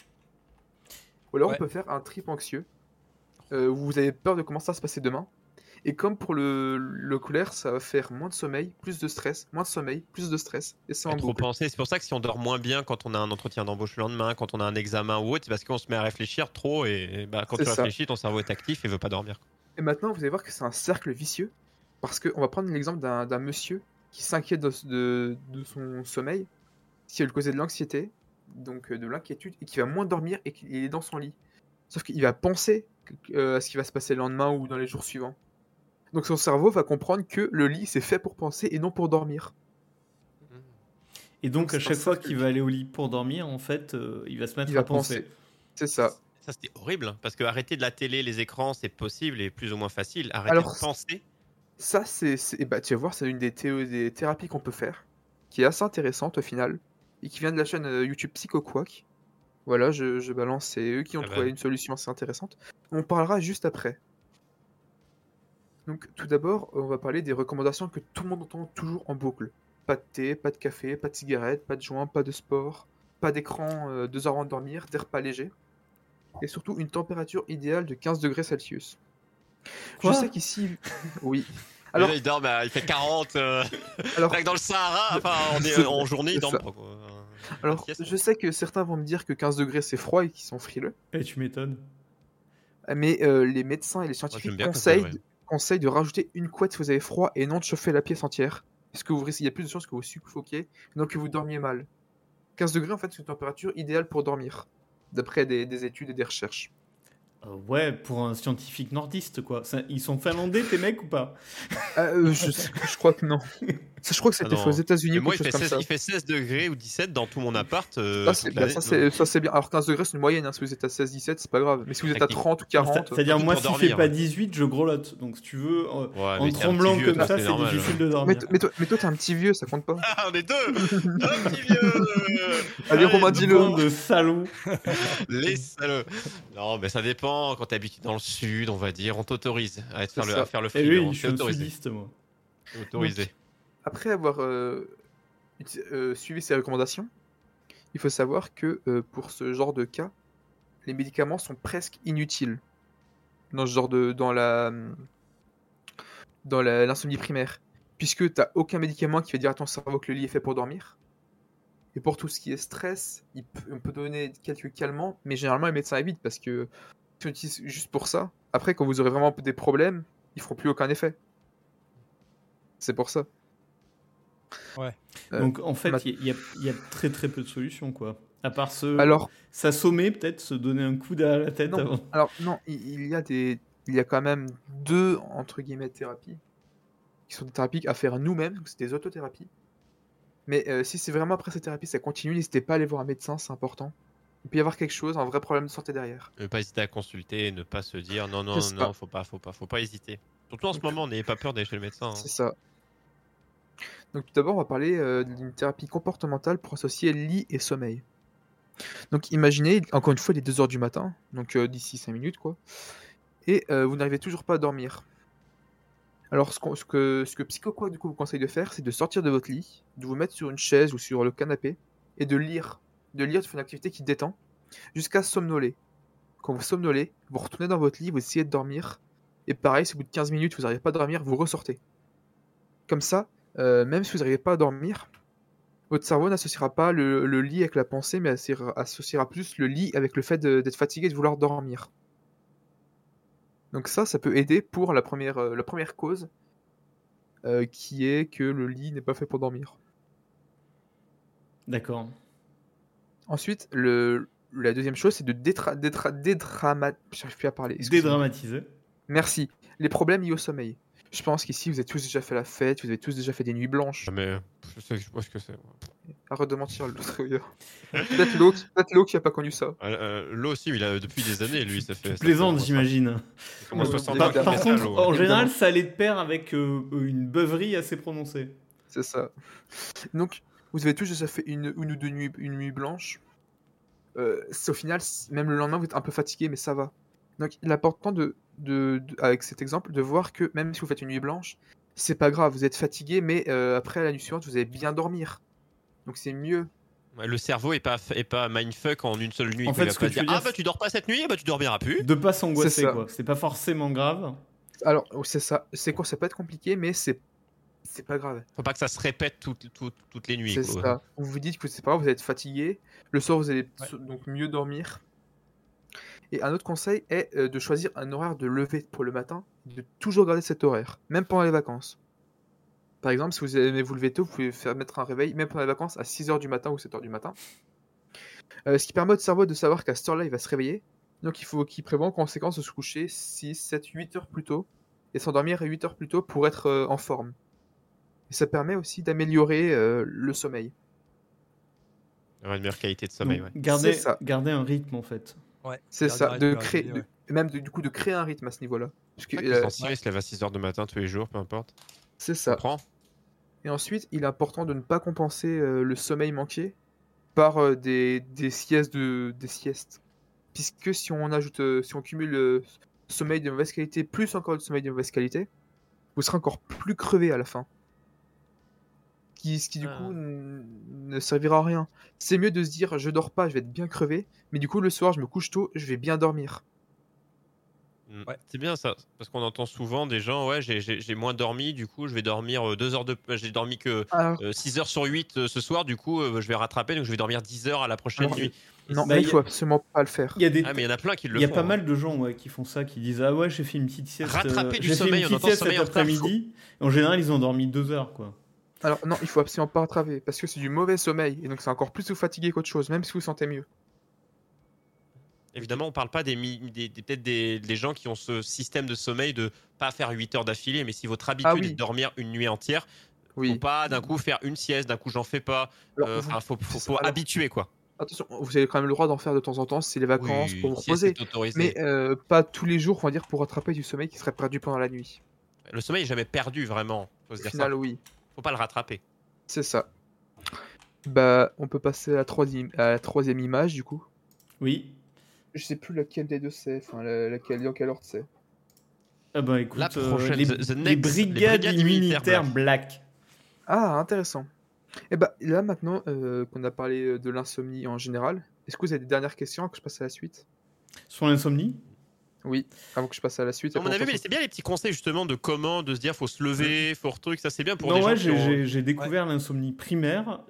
Ou alors Ouais. on peut faire un trip anxieux, où vous avez peur de comment ça va se passer demain. Et comme pour le colère, ça va faire moins de sommeil, plus de stress, moins de sommeil, plus de stress, et ça en Trop boucle. penser. C'est pour ça que si on dort moins bien quand on a un entretien d'embauche le lendemain, quand on a un examen ou autre, c'est parce qu'on se met à réfléchir trop, et bah, quand C'est tu ça. réfléchis, ton cerveau est actif et veut pas dormir. Et maintenant, vous allez voir que c'est un cercle vicieux, parce qu'on va prendre l'exemple d'un monsieur qui s'inquiète de son sommeil, qui va lui causer de l'anxiété, donc de l'inquiétude, et qui va moins dormir et qu'il est dans son lit. Sauf qu'il va penser à ce qui va se passer le lendemain ou dans les jours suivants. Donc son cerveau va comprendre que le lit c'est fait pour penser et non pour dormir. Et donc, C'est à chaque un fois cercle qu'il va aller au lit pour dormir, en fait, il va se mettre Il va à penser. C'est ça. Ça, c'était horrible, hein, parce que arrêter de la télé, les écrans, c'est possible et plus ou moins facile. Arrêter Alors, de penser. Ça, bah, tu vas voir, c'est une des thérapies qu'on peut faire, qui est assez intéressante au final, et qui vient de la chaîne YouTube PsychoQuack. Voilà, je balance, c'est eux qui ont Ah bah. trouvé une solution assez intéressante. On parlera juste après. Donc, tout d'abord, on va parler des recommandations que tout le monde entend toujours en boucle. Pas de thé, pas de café, pas de cigarette, pas de joint, pas de sport, pas d'écran 2 heures avant de dormir, des repas légers. Et surtout, une température idéale de 15 degrés Celsius. Quoi Je sais qu'ici... Oui. Alors, Alors, là, il dort, bah, il fait 40. alors, Dans le Sahara, enfin, en journée, il c'est dort ça. pas. Quoi. alors, Sieste. je sais que certains vont me dire que 15 degrés c'est froid et qu'ils sont frileux. Et tu m'étonnes. Mais les médecins et les Moi, scientifiques j'aime bien conseillent de rajouter une couette si vous avez froid et non de chauffer la pièce entière. Parce que il y a plus de chances que vous suffoquiez, donc que vous dormiez mal. 15 degrés, en fait, c'est une température idéale pour dormir. d'après des études et des recherches. Ouais, pour un scientifique nordiste, quoi. Ils sont finlandais, tes mecs, ou pas? Je crois que non. Je crois que Ah c'était non. fait aux États-Unis Mais ou moi, quelque chose comme ça. il fait 16 degrés ou 17 dans tout mon appart. Ça, c'est toute bien, l'année. ça, c'est bien. Alors 15 degrés, c'est une moyenne. Hein. Si vous êtes à 16-17, c'est pas grave. Mais si vous êtes à Technique. 30 ou 40, C'est-à-dire, surtout moi, pour s'il dormir, fait pas ouais. 18, je grelotte. Donc, si tu veux, Ouais, en mais t'es un tremblant petit vieux, comme toi, ça, c'est c'est normal, difficile ouais. de dormir. mais toi, t'es un petit vieux, ça compte pas. Ah, on est deux. Un petit vieux. Allez, Romain, deux dis-le. Bande de salauds. Les salauds. Non, mais ça dépend. Quand t'es habitué dans le sud, on va dire, on t'autorise à C'est ça. faire le Et frileux. oui, hein. je suis C'est un autorisé. sudiste, moi. C'est autorisé. Après avoir suivi ces recommandations, il faut savoir que pour ce genre de cas, les médicaments sont presque inutiles dans ce genre dans l'insomnie primaire, puisque t'as aucun médicament qui va dire à ton cerveau que le lit est fait pour dormir. Et pour tout ce qui est stress, on peut donner quelques calmants, mais généralement les médecins évitent parce que si on utilise juste pour ça, après quand vous aurez vraiment des problèmes, ils feront plus aucun effet. C'est pour ça. Ouais. Donc, en fait, ma- il y a très très peu de solutions, quoi. À part Alors, s'assommer, peut-être, se donner un coup derrière la tête non, avant. alors non, il y a quand même deux entre guillemets thérapies qui sont des thérapies à faire nous-mêmes, donc c'est des autothérapies. Mais si c'est vraiment après cette thérapie, ça continue, n'hésitez pas à aller voir un médecin, c'est important. Il peut y avoir quelque chose, un vrai problème de santé derrière. Ne pas hésiter à consulter, ne pas se dire non, C'est ça. faut pas hésiter. Surtout en ce moment, n'ayez pas peur d'aller chez le médecin. hein. C'est ça. Donc tout d'abord, on va parler d'une thérapie comportementale pour associer lit et sommeil. Donc imaginez, encore une fois, il est 2h du matin, donc d'ici 5 minutes quoi, et vous n'arrivez toujours pas à dormir. Alors ce que PsychoQuack du coup vous conseille de faire, c'est de sortir de votre lit, de vous mettre sur une chaise ou sur le canapé, et de lire. De faire une activité qui détend, jusqu'à somnoler. Quand vous somnolez, vous retournez dans votre lit, vous essayez de dormir, et pareil, si au bout de 15 minutes vous n'arrivez pas à dormir, vous ressortez. Comme ça, même si vous n'arrivez pas à dormir, votre cerveau n'associera pas le lit avec la pensée, mais associera plus le lit avec le fait d'être fatigué et de vouloir dormir. Donc ça peut aider pour la première cause, qui est que le lit n'est pas fait pour dormir. D'accord. Ensuite, la deuxième chose, c'est de j'arrive plus à parler. excusez-moi. Dédramatiser. Merci. Les problèmes liés au sommeil. Je pense qu'ici, vous avez tous déjà fait la fête, vous avez tous déjà fait des nuits blanches. Mais je vois ce que c'est. Arrête de mentir, l'autre. Peut-être l'eau qui a pas connu ça. L'eau aussi, il a depuis des années, lui, ça fait. Plaisante, ça fait- j'imagine. Il commence Ouais, 60 par- ans qu'il Par fait ça, contre, l'eau. en général, Évidemment. ça allait de pair avec une beuverie assez prononcée. C'est ça. Donc, vous avez tous déjà fait une ou deux nuits, une nuit blanche. C'est au final, même le lendemain, vous êtes un peu fatigué, mais ça va. Donc, il est important avec cet exemple, de voir que même si vous faites une nuit blanche, c'est pas grave, vous êtes fatigué, mais après, la nuit suivante, vous allez bien dormir. Donc, c'est mieux. Ouais, le cerveau est pas mindfuck en une seule nuit. En quoi. fait, Il va ce pas que dire tu veux ah dire, bah tu dors pas cette nuit, bah tu dormiras plus. De pas s'angoisser, C'est ça. quoi. C'est pas forcément grave. Alors, c'est ça. C'est quoi? Ça peut être compliqué, mais c'est pas grave. Faut pas que ça se répète toutes les nuits. C'est quoi. ça. Vous vous dites que c'est pas grave, vous êtes fatigué. Le soir, vous allez Ouais. donc mieux dormir. Et un autre conseil est de choisir un horaire de lever pour le matin, de toujours garder cet horaire, même pendant les vacances. Par exemple, si vous aimez vous lever tôt, vous pouvez faire mettre un réveil, même pendant les vacances, à 6h du matin ou 7h du matin. Ce qui permet au cerveau de savoir qu'à cette heure-là, il va se réveiller. Donc il faut qu'il prévoit en conséquence de se coucher 6, 7, 8 heures plus tôt et s'endormir 8 heures plus tôt pour être en forme. Et ça permet aussi d'améliorer le sommeil. Avoir une meilleure qualité de sommeil. Donc, Ouais. garder, C'est ça. garder un rythme, en fait. Ouais. C'est Garder ça, un de rythme créer, régulier, ouais. et même du coup de créer un rythme à ce niveau-là. Parce que, C'est vrai que l'essentiel, il se lève à 6h du matin tous les jours, peu importe. c'est Ça ça. prend. Et ensuite, il est important de ne pas compenser le sommeil manqué par des siestes. Puisque si on ajoute, si on cumule sommeil de mauvaise qualité plus encore de sommeil de mauvaise qualité, vous serez encore plus crevé à la fin. Ce qui du Ah. coup ne servira à rien. C'est mieux de se dire je dors pas, je vais être bien crevé, mais du coup le soir je me couche tôt, je vais bien dormir. Ouais. C'est bien ça, parce qu'on entend souvent des gens, ouais, j'ai moins dormi, du coup je vais dormir 2 heures j'ai dormi que Alors, 6 heures sur 8 ce soir, du coup je vais rattraper, donc je vais dormir 10 heures à la prochaine Alors, nuit. Et non, bah, là, il il y a- faut absolument pas le faire. Il y a des... Ah, mais il y en a plein qui le font. Il y a pas hein. mal de gens ouais, qui font ça, qui disent ah ouais j'ai fait une petite sieste, Rattraper du j'ai fait sommeil, une on petite entend sieste sommeil cet en retard. après-midi. En général ils ont dormi 2 heures quoi. Alors non, il faut absolument pas rattraper, parce que c'est du mauvais sommeil, et donc c'est encore plus vous fatiguer qu'autre chose, même si vous vous sentez mieux. Évidemment, on parle pas peut-être des gens qui ont ce système de sommeil de pas faire 8 heures d'affilée, mais si votre Ah habitude est de oui, dormir une nuit entière, faut oui. pas d'un coup faire une sieste, d'un coup j'en fais pas. Alors, Enfin, c'est ça. faut Alors, habituer quoi. attention, vous avez quand même le droit d'en faire de temps en temps, si c'est les vacances, pour Oui, vous sieste reposer. est Mais autorisé. pas tous les jours, on va dire, pour rattraper du sommeil qui serait perdu pendant la nuit. Le sommeil est jamais perdu vraiment. Faut se Au dire ça. final, oui, Faut pas le rattraper. c'est ça. Bah, on peut passer à la troisième image, du coup. Oui. Je sais plus laquelle des deux c'est, enfin, laquelle, dans quel ordre c'est. Ah bah La écoute, prochaine, les les brigades brigades immunitaires black. Ah, intéressant. Et bah, là, maintenant qu'on a parlé de l'insomnie en général, est-ce que vous avez des dernières questions avant que je passe à la suite? Sur l'insomnie. Oui, avant que je passe à la suite. À mon après, on avis, passe mais au- c'est bien les petits conseils justement de comment, de se dire faut se lever, faut retruc. Ça c'est bien pour des Non, gens ouais, qui ont. j'ai découvert l'insomnie primaire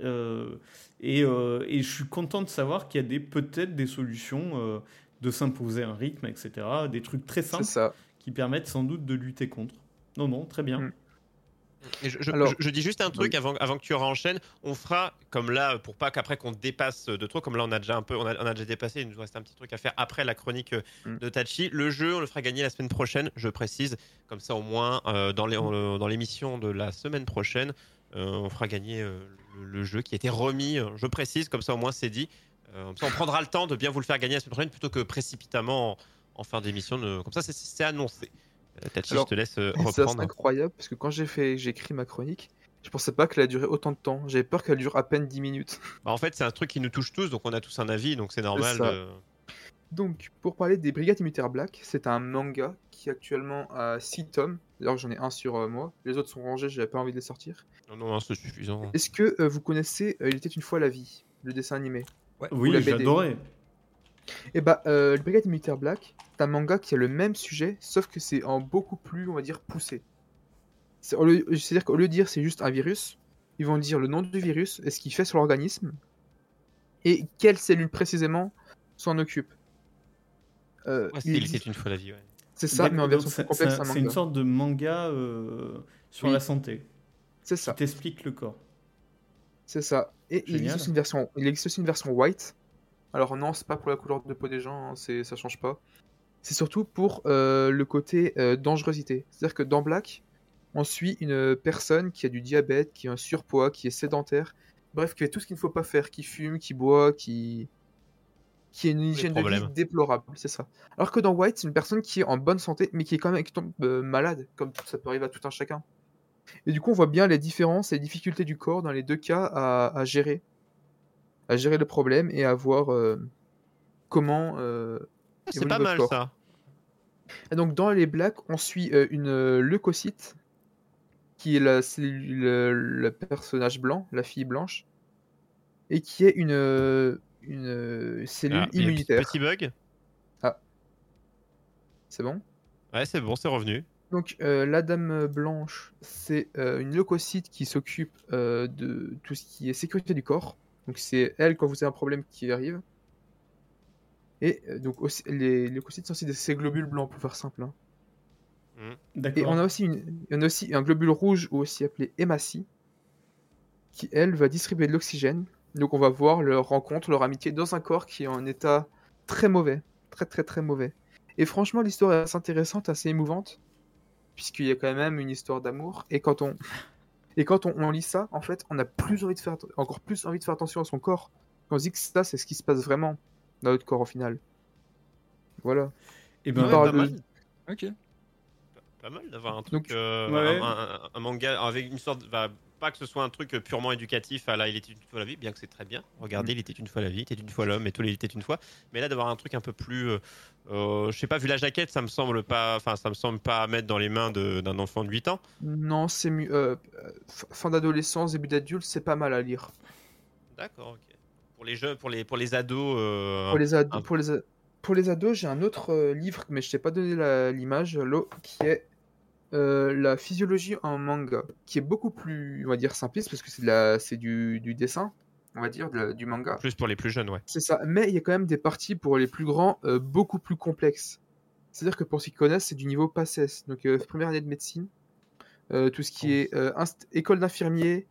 et je suis content de savoir qu'il y a peut-être des solutions de s'imposer un rythme, etc. Des trucs très C'est simples ça. qui permettent sans doute de lutter contre. Non, non, très bien. Mm. Et Alors, je dis juste un truc oui. avant que tu renchaînes. On fera comme là pour pas qu'après qu'on dépasse de trop. Comme là on a déjà un peu, on a déjà dépassé. Il nous reste un petit truc à faire après la chronique Mm. de Tachi. Le jeu, on le fera gagner la semaine prochaine. Je précise. Comme ça au moins dans l'émission de la semaine prochaine, on fera gagner le jeu qui a été remis. Je précise. Comme ça au moins c'est dit. Comme ça on prendra le temps de bien vous le faire gagner la semaine prochaine plutôt que précipitamment en fin d'émission. Comme ça c'est annoncé. Tachi, je Alors, te laisse c'est assez reprendre. incroyable parce que quand j'ai écrit ma chronique, je pensais pas qu'elle a duré autant de temps. J'avais peur qu'elle dure à peine 10 minutes. Bah, en fait, c'est un truc qui nous touche tous, donc on a tous un avis, donc c'est C'est normal ça. de. Donc, pour parler des Brigades Immunitaires Black, c'est un manga qui actuellement a 6 tomes. D'ailleurs, j'en ai un sur moi. Les autres sont rangés, j'avais pas envie de les sortir. Non, non, c'est suffisant. Est-ce que vous connaissez Il était une fois la vie, le dessin animé Ouais. ou la Oui, BD? j'adorais. Et bah, le Brigade Militaire Black, c'est un manga qui a le même sujet, sauf que c'est en beaucoup plus, on va dire, poussé. C'est-à-dire qu'au lieu de dire c'est juste un virus, ils vont dire le nom du virus et ce qu'il fait sur l'organisme, et quelle cellule précisément s'en occupe. Ouais, Il il était existe... une fois la vie, ouais. C'est ça, mais en Donc, version plus complexe, un c'est une manga. sorte de manga sur Oui. la santé C'est qui ça, t'explique le corps. c'est ça. Et Génial. il existe aussi une version white. Alors non, c'est pas pour la couleur de peau des gens, hein, ça change pas. C'est surtout pour le côté dangerosité. C'est-à-dire que dans Black, on suit une personne qui a du diabète, qui a un surpoids, qui est sédentaire, bref, qui fait tout ce qu'il ne faut pas faire, qui fume, qui boit, qui a une hygiène de vie problèmes. déplorable, c'est ça. Alors que dans White, c'est une personne qui est en bonne santé, mais qui est quand même qui tombe malade, comme ça peut arriver à tout un chacun. Et du coup, on voit bien les différences et les difficultés du corps dans les deux cas à gérer le problème et à voir comment C'est évolue pas votre mal corps. ça. Et donc dans les Blacks, on suit une leucocyte, qui est le personnage blanc, la fille blanche, et qui est une cellule Ah, il y a un immunitaire. petit bug. Ah, c'est bon. Ouais, c'est bon, c'est revenu. Donc la dame blanche, c'est une leucocyte qui s'occupe de tout ce qui est sécurité du corps. Donc c'est elle quand vous avez un problème qui arrive. Et donc aussi, les leucocytes sont aussi ces globules blancs pour faire simple, hein. Et D'accord. on a aussi un globule rouge, ou aussi appelé hématie, qui elle va distribuer de l'oxygène. Donc on va voir leur rencontre, leur amitié dans un corps qui est en état très mauvais, très très très mauvais. Et franchement, l'histoire est assez intéressante, assez émouvante, puisqu'il y a quand même une histoire d'amour. Et quand on lit ça, en fait, on a encore plus envie de faire attention à son corps. On se dit que ça, c'est ce qui se passe vraiment dans notre corps au final. Voilà. Et Il ben, Ouais, parle pas de- mal. Ok. Pas mal d'avoir un truc, Donc, ouais. un manga avec une sorte. Pas que ce soit un truc purement éducatif à là, il était une fois la vie, bien que c'est très bien. Regardez, il était une fois la vie, il était une fois l'homme, et tout, il était une fois. Mais là, d'avoir un truc un peu plus. Je sais pas, vu la jaquette, ça me semble pas à mettre dans les mains d'un enfant de 8 ans. Non, c'est mieux. Fin d'adolescence, début d'adulte, c'est pas mal à lire. D'accord, ok. Pour les jeux, pour les ados. Pour les ados, un- pour les ados, j'ai un autre livre, mais je t'ai pas donné l'image, qui est la physiologie en manga, qui est beaucoup plus, on va dire, simpliste, parce que c'est du dessin, on va dire, du manga. Plus pour les plus jeunes, ouais. C'est ça, mais il y a quand même des parties pour les plus grands beaucoup plus complexes. C'est-à-dire que pour ceux qui connaissent, c'est du niveau PACES, donc première année de médecine, tout ce qui est école d'infirmier,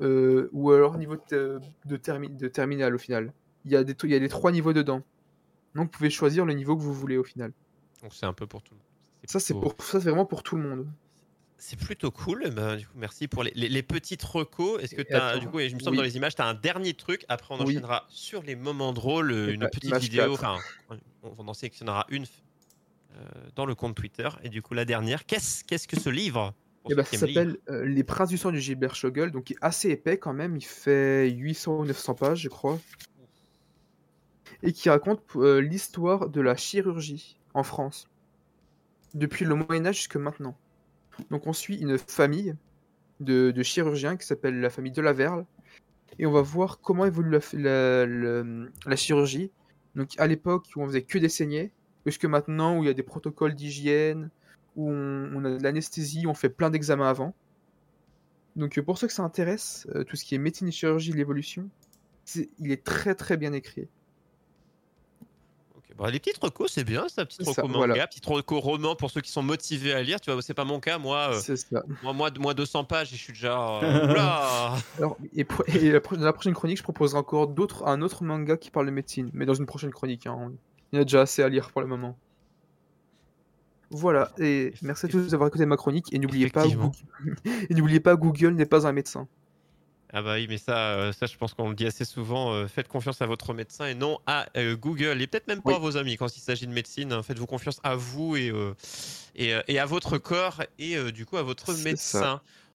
ou alors niveau de terminale au final. Il y a les 3 niveaux dedans. Donc, vous pouvez choisir le niveau que vous voulez au final. Donc c'est un peu pour tout le monde. Ça, c'est plutôt- ça, c'est vraiment pour tout le monde. C'est plutôt cool. Eh ben, du coup, merci pour les petites recos. Est-ce que Et tu as, attends, du coup, et je me semble oui. dans les images, tu as un dernier truc. Après, on Oui. enchaînera sur les moments drôles, Et une bah, petite image vidéo. 4. Enfin, on en sélectionnera une dans le compte Twitter. Et du coup, la dernière, qu'est-ce que ce livre pour Et ceux bah, qui ça aiment lire s'appelle Les Princes du sang de Gilbert Schogel, donc il est assez épais quand même, il fait 800 ou 900 pages, je crois, et qui raconte l'histoire de la chirurgie en France, depuis le Moyen-Âge jusque maintenant. Donc on suit une famille de chirurgiens qui s'appelle la famille de la Verle, et on va voir comment évolue la chirurgie. Donc à l'époque où on faisait que des saignées, jusque maintenant où il y a des protocoles d'hygiène, où on a de l'anesthésie, on fait plein d'examens avant. Donc pour ceux que ça intéresse, tout ce qui est médecine et chirurgie, l'évolution, il est très très bien écrit. Ok. Bon, les petites recos, c'est bien, ça, petite C'est ça, reco manga, voilà. petite reco roman pour ceux qui sont motivés à lire. Tu vois, c'est pas mon cas. Moi, C'est ça. moi 200 pages et je suis déjà. Oula. Alors, dans la prochaine chronique, je proposerai encore un autre manga qui parle de médecine, mais dans une prochaine chronique, hein. Il y en a déjà assez à lire pour le moment. Voilà, et merci à tous d'avoir écouté ma chronique, et n'oubliez pas, Effectivement. et n'oubliez pas, Google n'est pas un médecin. Ah bah oui, mais ça, je pense qu'on le dit assez souvent. Faites confiance à votre médecin et non à Google. Et peut-être même pas Oui. à vos amis quand il s'agit de médecine. Hein. Faites-vous confiance à vous et à votre corps et du coup à votre C'est ça. médecin.